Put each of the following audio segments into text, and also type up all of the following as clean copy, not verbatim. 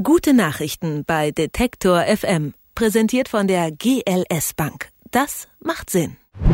Gute Nachrichten bei Detektor FM. Präsentiert von der GLS Bank. Das macht Sinn.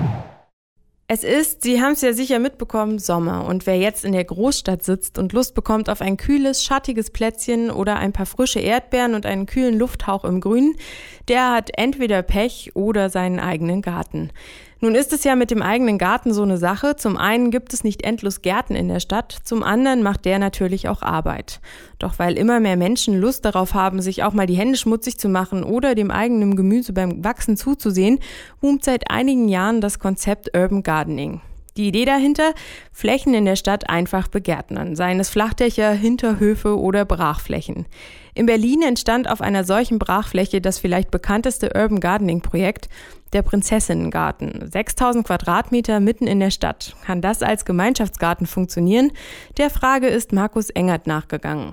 Es ist, Sie haben es ja sicher mitbekommen, Sommer. Und wer jetzt in der Großstadt sitzt und Lust bekommt auf ein kühles, schattiges Plätzchen oder ein paar frische Erdbeeren und einen kühlen Lufthauch im Grünen, der hat entweder Pech oder seinen eigenen Garten. Nun ist es ja mit dem eigenen Garten so eine Sache. Zum einen gibt es nicht endlos Gärten in der Stadt, zum anderen macht der natürlich auch Arbeit. Doch weil immer mehr Menschen Lust darauf haben, sich auch mal die Hände schmutzig zu machen oder dem eigenen Gemüse beim Wachsen zuzusehen, boomt seit einigen Jahren das Konzept Urban Gardening. Die Idee dahinter: Flächen in der Stadt einfach begärtnern, seien es Flachdächer, Hinterhöfe oder Brachflächen. In Berlin entstand auf einer solchen Brachfläche das vielleicht bekannteste Urban Gardening Projekt, der Prinzessinnengarten. 6000 Quadratmeter mitten in der Stadt. Kann das als Gemeinschaftsgarten funktionieren? Der Frage ist Markus Engert nachgegangen.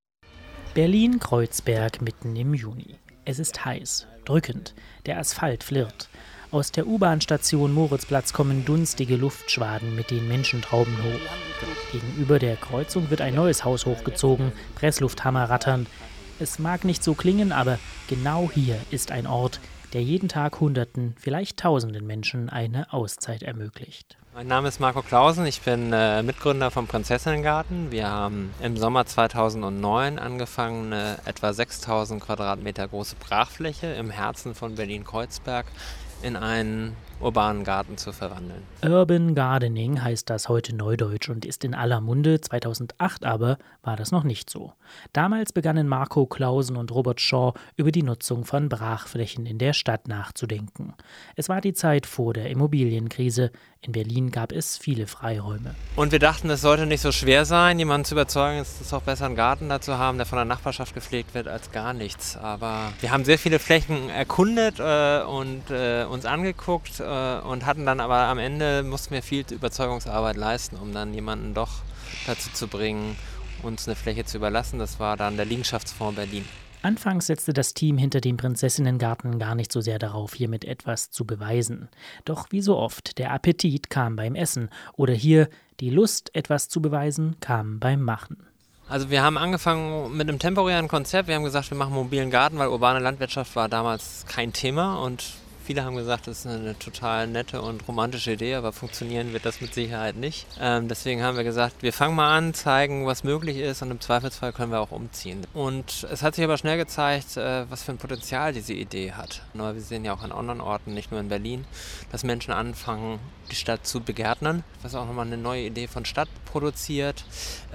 Berlin-Kreuzberg mitten im Juni. Es ist heiß, drückend, der Asphalt flirrt. Aus der U-Bahn-Station Moritzplatz kommen dunstige Luftschwaden mit den Menschentrauben hoch. Gegenüber der Kreuzung wird ein neues Haus hochgezogen, Presslufthammer rattern. Es mag nicht so klingen, aber genau hier ist ein Ort, der jeden Tag Hunderten, vielleicht Tausenden Menschen eine Auszeit ermöglicht. Mein Name ist Marco Clausen, ich bin Mitgründer vom Prinzessinnengarten. Wir haben im Sommer 2009 angefangen, eine etwa 6000 Quadratmeter große Brachfläche im Herzen von Berlin-Kreuzberg in einen urbanen Garten zu verwandeln. Urban Gardening heißt das heute neudeutsch und ist in aller Munde. 2008 aber war das noch nicht so. Damals begannen Marco Clausen und Robert Shaw über die Nutzung von Brachflächen in der Stadt nachzudenken. Es war die Zeit vor der Immobilienkrise. In Berlin gab es viele Freiräume. Und wir dachten, es sollte nicht so schwer sein, jemanden zu überzeugen, es ist auch besser, einen Garten da zu haben, der von der Nachbarschaft gepflegt wird, als gar nichts. Aber wir haben sehr viele Flächen erkundet und uns angeguckt und hatten dann aber am Ende, mussten wir viel Überzeugungsarbeit leisten, um dann jemanden doch dazu zu bringen, uns eine Fläche zu überlassen. Das war dann der Liegenschaftsfonds Berlin. Anfangs setzte das Team hinter dem Prinzessinnengarten gar nicht so sehr darauf, hiermit etwas zu beweisen. Doch wie so oft, der Appetit kam beim Essen oder hier die Lust, etwas zu beweisen, kam beim Machen. Also wir haben angefangen mit einem temporären Konzept. Wir haben gesagt, wir machen mobilen Garten, weil urbane Landwirtschaft war damals kein Thema und viele haben gesagt, das ist eine total nette und romantische Idee, aber funktionieren wird das mit Sicherheit nicht. Deswegen haben wir gesagt, wir fangen mal an, zeigen, was möglich ist und im Zweifelsfall können wir auch umziehen. Und es hat sich aber schnell gezeigt, was für ein Potenzial diese Idee hat. Aber wir sehen ja auch an anderen Orten, nicht nur in Berlin, dass Menschen anfangen, die Stadt zu begärtnern, was auch nochmal eine neue Idee von Stadt produziert.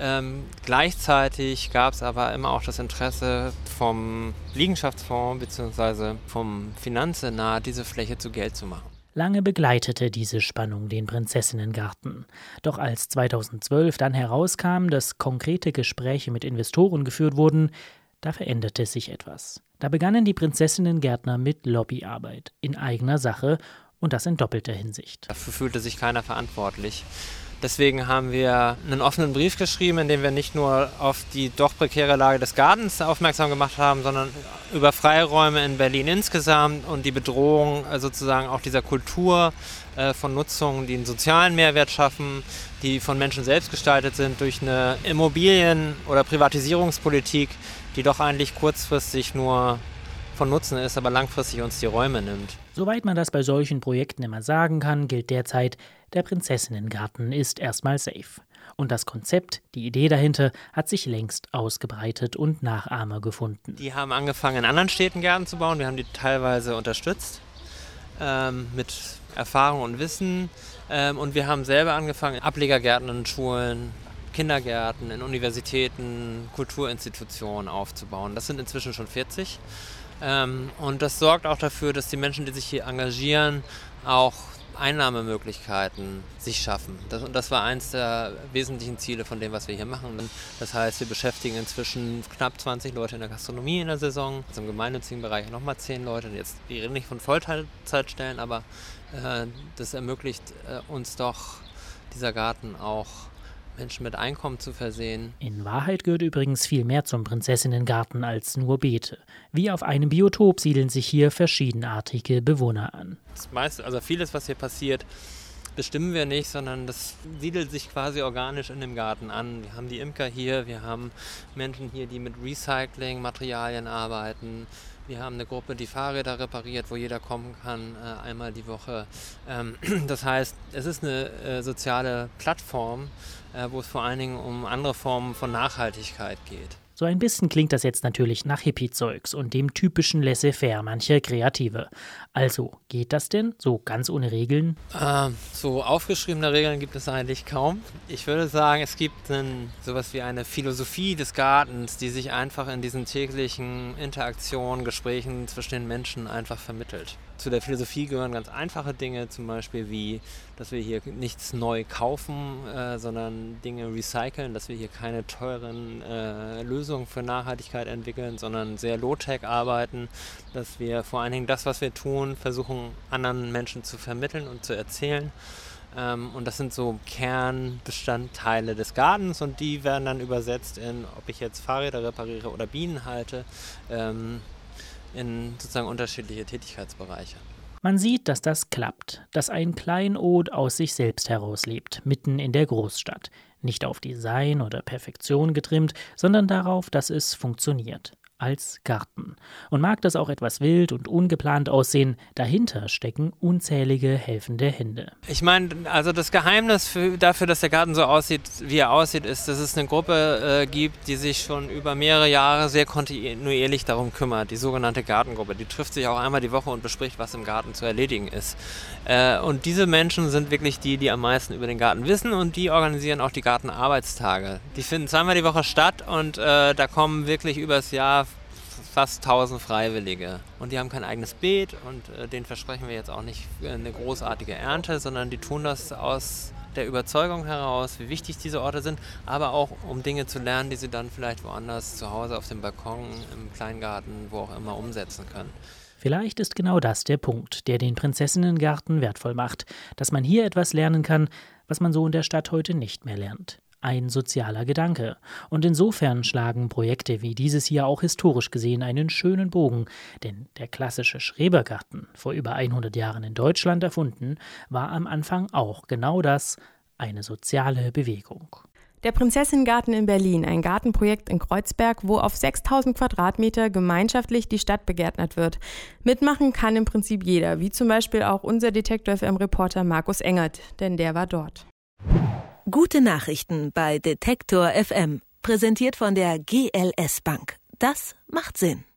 Gleichzeitig gab es aber immer auch das Interesse vom Liegenschaftsfonds bzw. vom Finanzsenat, diese Fläche zu Geld zu machen. Lange begleitete diese Spannung den Prinzessinnengarten. Doch als 2012 dann herauskam, dass konkrete Gespräche mit Investoren geführt wurden, da veränderte sich etwas. Da begannen die Prinzessinnengärtner mit Lobbyarbeit in eigener Sache und das in doppelter Hinsicht. Dafür fühlte sich keiner verantwortlich. Deswegen haben wir einen offenen Brief geschrieben, in dem wir nicht nur auf die doch prekäre Lage des Gartens aufmerksam gemacht haben, sondern über Freiräume in Berlin insgesamt und die Bedrohung sozusagen auch dieser Kultur von Nutzung, die einen sozialen Mehrwert schaffen, die von Menschen selbst gestaltet sind durch eine Immobilien- oder Privatisierungspolitik, die doch eigentlich kurzfristig nur von Nutzen ist, aber langfristig uns die Räume nimmt. Soweit man das bei solchen Projekten immer sagen kann, gilt derzeit, der Prinzessinnengarten ist erstmal safe. Und das Konzept, die Idee dahinter, hat sich längst ausgebreitet und Nachahmer gefunden. Die haben angefangen, in anderen Städten Gärten zu bauen. Wir haben die teilweise unterstützt mit Erfahrung und Wissen. Und wir haben selber angefangen, Ablegergärten in Schulen, Kindergärten, in Universitäten, Kulturinstitutionen aufzubauen. Das sind inzwischen schon 40. Und das sorgt auch dafür, dass die Menschen, die sich hier engagieren, auch Einnahmemöglichkeiten sich schaffen. Das war eins der wesentlichen Ziele von dem, was wir hier machen. Das heißt, wir beschäftigen inzwischen knapp 20 Leute in der Gastronomie in der Saison, also im gemeinnützigen Bereich nochmal 10 Leute. Jetzt, die reden nicht von Vollzeitstellen, aber das ermöglicht uns doch, dieser Garten auch Menschen mit Einkommen zu versehen. In Wahrheit gehört übrigens viel mehr zum Prinzessinnengarten als nur Beete. Wie auf einem Biotop siedeln sich hier verschiedenartige Bewohner an. Vieles, was hier passiert, bestimmen wir nicht, sondern das siedelt sich quasi organisch in dem Garten an. Wir haben die Imker hier, wir haben Menschen hier, die mit Recycling-Materialien arbeiten. Wir haben eine Gruppe, die Fahrräder repariert, wo jeder kommen kann, einmal die Woche. Das heißt, es ist eine soziale Plattform, wo es vor allen Dingen um andere Formen von Nachhaltigkeit geht. So ein bisschen klingt das jetzt natürlich nach Hippie-Zeugs und dem typischen Laissez-faire mancher Kreative. Also, geht das denn so ganz ohne Regeln? So aufgeschriebene Regeln gibt es eigentlich kaum. Ich würde sagen, es gibt sowas wie eine Philosophie des Gartens, die sich einfach in diesen täglichen Interaktionen, Gesprächen zwischen den Menschen einfach vermittelt. Zu der Philosophie gehören ganz einfache Dinge, zum Beispiel wie, dass wir hier nichts neu kaufen, sondern Dinge recyceln, dass wir hier keine teuren Lösungen für Nachhaltigkeit entwickeln, sondern sehr low-tech arbeiten, dass wir vor allen Dingen das, was wir tun, versuchen, anderen Menschen zu vermitteln und zu erzählen. Und das sind so Kernbestandteile des Gartens und die werden dann übersetzt in, ob ich jetzt Fahrräder repariere oder Bienen halte, in sozusagen unterschiedliche Tätigkeitsbereiche. Man sieht, dass das klappt, dass ein Kleinod aus sich selbst herauslebt, mitten in der Großstadt. Nicht auf Design oder Perfektion getrimmt, sondern darauf, dass es funktioniert. Als Garten. Und mag das auch etwas wild und ungeplant aussehen, dahinter stecken unzählige helfende Hände. Ich meine, also das Geheimnis dafür, dass der Garten so aussieht, wie er aussieht, ist, dass es eine Gruppe gibt, die sich schon über mehrere Jahre sehr kontinuierlich darum kümmert, die sogenannte Gartengruppe. Die trifft sich auch einmal die Woche und bespricht, was im Garten zu erledigen ist. Und diese Menschen sind wirklich die am meisten über den Garten wissen und die organisieren auch die Gartenarbeitstage. Die finden zweimal die Woche statt und da kommen wirklich übers Jahr fast 1000 Freiwillige. Und die haben kein eigenes Beet und denen versprechen wir jetzt auch nicht eine großartige Ernte, sondern die tun das aus der Überzeugung heraus, wie wichtig diese Orte sind, aber auch um Dinge zu lernen, die sie dann vielleicht woanders zu Hause auf dem Balkon, im Kleingarten, wo auch immer umsetzen können. Vielleicht ist genau das der Punkt, der den Prinzessinnengarten wertvoll macht, dass man hier etwas lernen kann, was man so in der Stadt heute nicht mehr lernt. Ein sozialer Gedanke. Und insofern schlagen Projekte wie dieses hier auch historisch gesehen einen schönen Bogen. Denn der klassische Schrebergarten, vor über 100 Jahren in Deutschland erfunden, war am Anfang auch genau das, eine soziale Bewegung. Der Prinzessinnengarten in Berlin, ein Gartenprojekt in Kreuzberg, wo auf 6000 Quadratmeter gemeinschaftlich die Stadt begärtnert wird. Mitmachen kann im Prinzip jeder, wie zum Beispiel auch unser Detektor FM-Reporter Markus Engert, denn der war dort. Gute Nachrichten bei Detektor FM, präsentiert von der GLS Bank. Das macht Sinn.